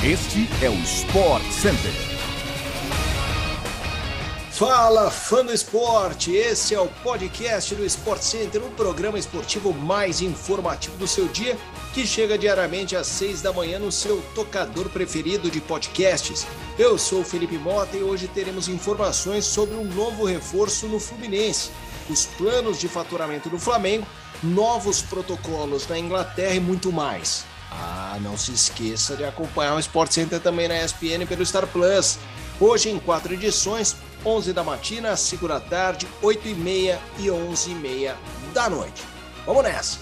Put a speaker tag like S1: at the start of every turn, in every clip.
S1: Este é o Sport Center.
S2: Fala, fã do esporte! Esse é o podcast do Sport Center, o programa esportivo mais informativo do seu dia, que chega diariamente às 6 da manhã no seu tocador preferido de podcasts. Eu sou o Felipe Mota e hoje teremos informações sobre um novo reforço no Fluminense, os planos de faturamento do Flamengo, novos protocolos na Inglaterra e muito mais. Não se esqueça de acompanhar o Sport Center também na ESPN pelo Star Plus. Hoje em 4 edições, 11 da matina, 5 da tarde, 8h30 e 11h30 da noite. Vamos nessa!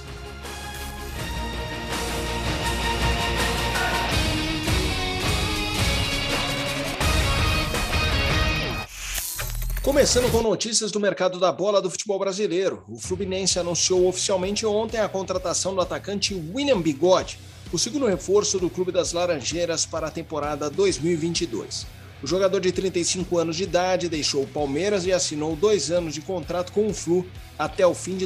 S2: Começando com notícias do mercado da bola do futebol brasileiro. O Fluminense anunciou oficialmente ontem a contratação do atacante William Bigode, o segundo reforço do Clube das Laranjeiras para a temporada 2022. O jogador de 35 anos de idade deixou o Palmeiras e assinou 2 anos de contrato com o Flu até o fim de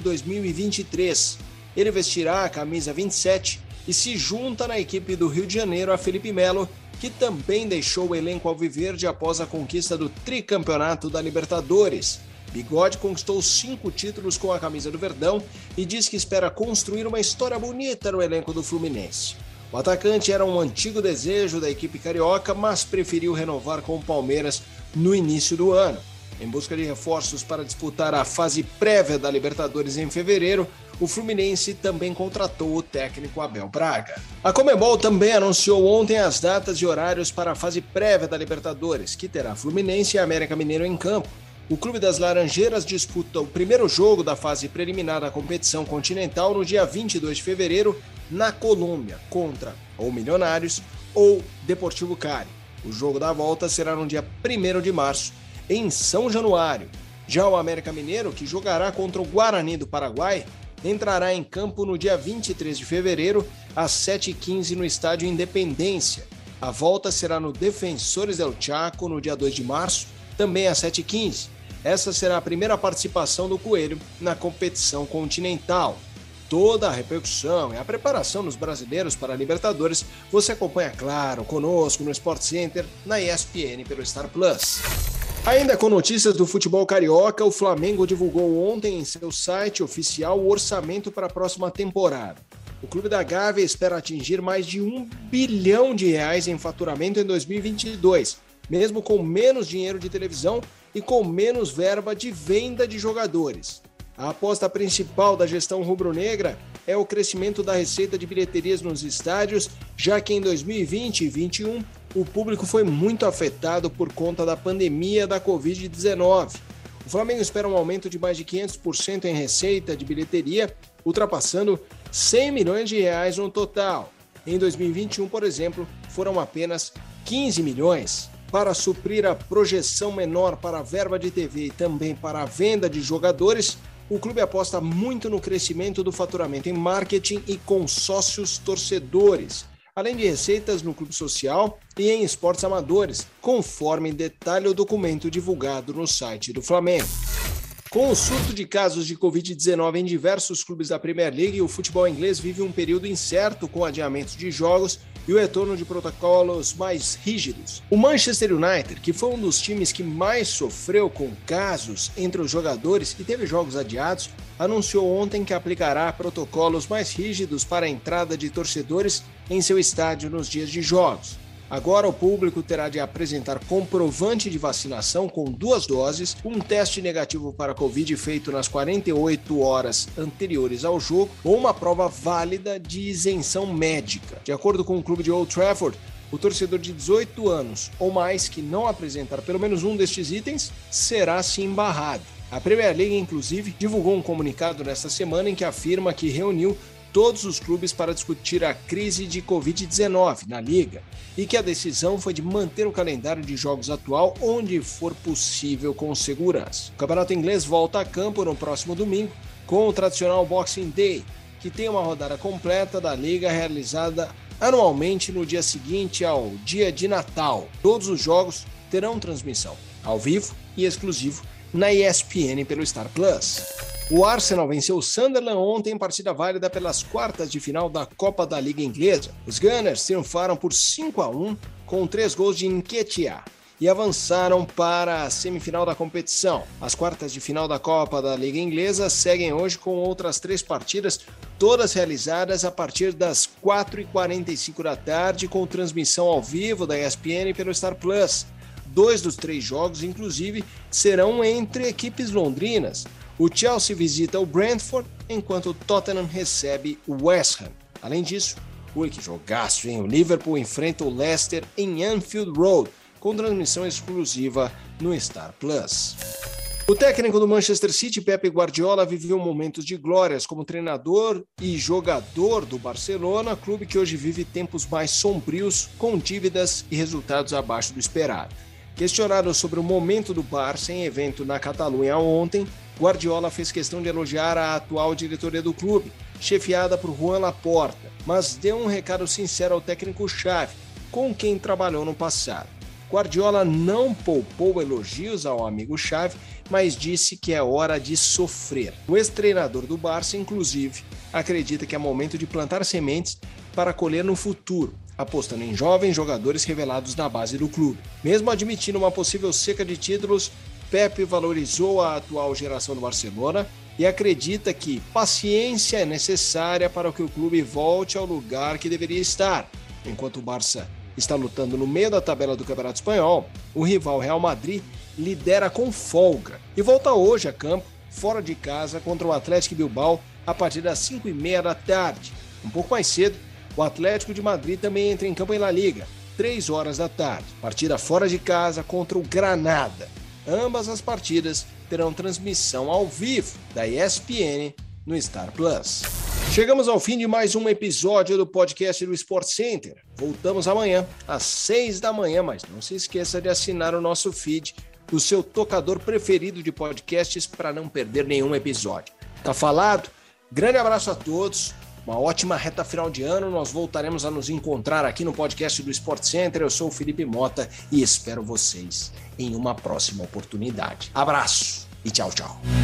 S2: 2023. Ele vestirá a camisa 27 e se junta na equipe do Rio de Janeiro a Felipe Melo, que também deixou o elenco alviverde após a conquista do tricampeonato da Libertadores. Bigode conquistou 5 títulos com a camisa do Verdão e diz que espera construir uma história bonita no elenco do Fluminense. O atacante era um antigo desejo da equipe carioca, mas preferiu renovar com o Palmeiras no início do ano. Em busca de reforços para disputar a fase prévia da Libertadores em fevereiro, o Fluminense também contratou o técnico Abel Braga. A Conmebol também anunciou ontem as datas e horários para a fase prévia da Libertadores, que terá Fluminense e América Mineiro em campo. O Clube das Laranjeiras disputa o primeiro jogo da fase preliminar da competição continental no dia 22 de fevereiro, na Colômbia, contra ou Milionários ou Deportivo Cali. O jogo da volta será no dia 1º de março, em São Januário. Já o América Mineiro, que jogará contra o Guarani do Paraguai, entrará em campo no dia 23 de fevereiro, às 7h15 no Estádio Independência. A volta será no Defensores del Chaco no dia 2 de março, também às 7h15. Essa será a primeira participação do Coelho na competição continental. Toda a repercussão e a preparação dos brasileiros para a Libertadores você acompanha, claro, conosco no Sport Center, na ESPN pelo Star Plus. Ainda com notícias do futebol carioca, o Flamengo divulgou ontem em seu site oficial o orçamento para a próxima temporada. O Clube da Gávea espera atingir mais de R$1 bilhão em faturamento em 2022, mesmo com menos dinheiro de televisão e com menos verba de venda de jogadores. A aposta principal da gestão rubro-negra é o crescimento da receita de bilheterias nos estádios, já que em 2020 e 2021 o público foi muito afetado por conta da pandemia da Covid-19. O Flamengo espera um aumento de mais de 500% em receita de bilheteria, ultrapassando R$100 milhões no total. Em 2021, por exemplo, foram apenas 15 milhões. Para suprir a projeção menor para a verba de TV e também para a venda de jogadores, o clube aposta muito no crescimento do faturamento em marketing e com sócios torcedores, além de receitas no clube social e em esportes amadores, conforme detalha o documento divulgado no site do Flamengo. Com o surto de casos de Covid-19 em diversos clubes da Premier League, o futebol inglês vive um período incerto com adiamentos de jogos e o retorno de protocolos mais rígidos. O Manchester United, que foi um dos times que mais sofreu com casos entre os jogadores e teve jogos adiados, anunciou ontem que aplicará protocolos mais rígidos para a entrada de torcedores em seu estádio nos dias de jogos. Agora o público terá de apresentar comprovante de vacinação com 2 doses, um teste negativo para Covid feito nas 48 horas anteriores ao jogo ou uma prova válida de isenção médica. De acordo com o clube de Old Trafford, o torcedor de 18 anos ou mais que não apresentar pelo menos um destes itens será sim barrado. A Premier League, inclusive, divulgou um comunicado nesta semana em que afirma que reuniu todos os clubes para discutir a crise de Covid-19 na Liga e que a decisão foi de manter o calendário de jogos atual onde for possível com segurança. O Campeonato Inglês volta a campo no próximo domingo com o tradicional Boxing Day, que tem uma rodada completa da Liga realizada anualmente no dia seguinte ao dia de Natal. Todos os jogos terão transmissão ao vivo e exclusivo na ESPN pelo Star Plus. O Arsenal venceu o Sunderland ontem em partida válida pelas quartas de final da Copa da Liga Inglesa. Os Gunners triunfaram por 5-1 com 3 gols de Nketiah e avançaram para a semifinal da competição. As quartas de final da Copa da Liga Inglesa seguem hoje com outras 3 partidas, todas realizadas a partir das 4h45 da tarde, com transmissão ao vivo da ESPN pelo Star Plus. 2 dos 3 jogos, inclusive, serão entre equipes londrinas. O Chelsea visita o Brentford, enquanto o Tottenham recebe o West Ham. Além disso, que jogaço, hein? O Liverpool enfrenta o Leicester em Anfield Road, com transmissão exclusiva no Star Plus. O técnico do Manchester City, Pep Guardiola, viveu momentos de glórias como treinador e jogador do Barcelona, clube que hoje vive tempos mais sombrios, com dívidas e resultados abaixo do esperado. Questionado sobre o momento do Barça em evento na Catalunha ontem, Guardiola fez questão de elogiar a atual diretoria do clube, chefiada por Joan Laporta, mas deu um recado sincero ao técnico Xavi, com quem trabalhou no passado. Guardiola não poupou elogios ao amigo Xavi, mas disse que é hora de sofrer. O ex-treinador do Barça, inclusive, acredita que é momento de plantar sementes para colher no futuro, apostando em jovens jogadores revelados na base do clube. Mesmo admitindo uma possível seca de títulos, Pep valorizou a atual geração do Barcelona e acredita que paciência é necessária para que o clube volte ao lugar que deveria estar. Enquanto o Barça está lutando no meio da tabela do Campeonato Espanhol, o rival Real Madrid lidera com folga e volta hoje a campo, fora de casa, contra o Atlético Bilbao a partir das 5h30 da tarde. Um pouco mais cedo, o Atlético de Madrid também entra em campo em La Liga, 3 horas da tarde. Partida fora de casa contra o Granada. Ambas as partidas terão transmissão ao vivo da ESPN no Star Plus. Chegamos ao fim de mais um episódio do podcast do Sport Center. Voltamos amanhã às 6 da manhã, mas não se esqueça de assinar o nosso feed do seu tocador preferido de podcasts para não perder nenhum episódio. Tá falado? Grande abraço a todos. Uma ótima reta final de ano, nós voltaremos a nos encontrar aqui no podcast do Sport Center. Eu sou o Felipe Mota e espero vocês em uma próxima oportunidade. Abraço e tchau, tchau.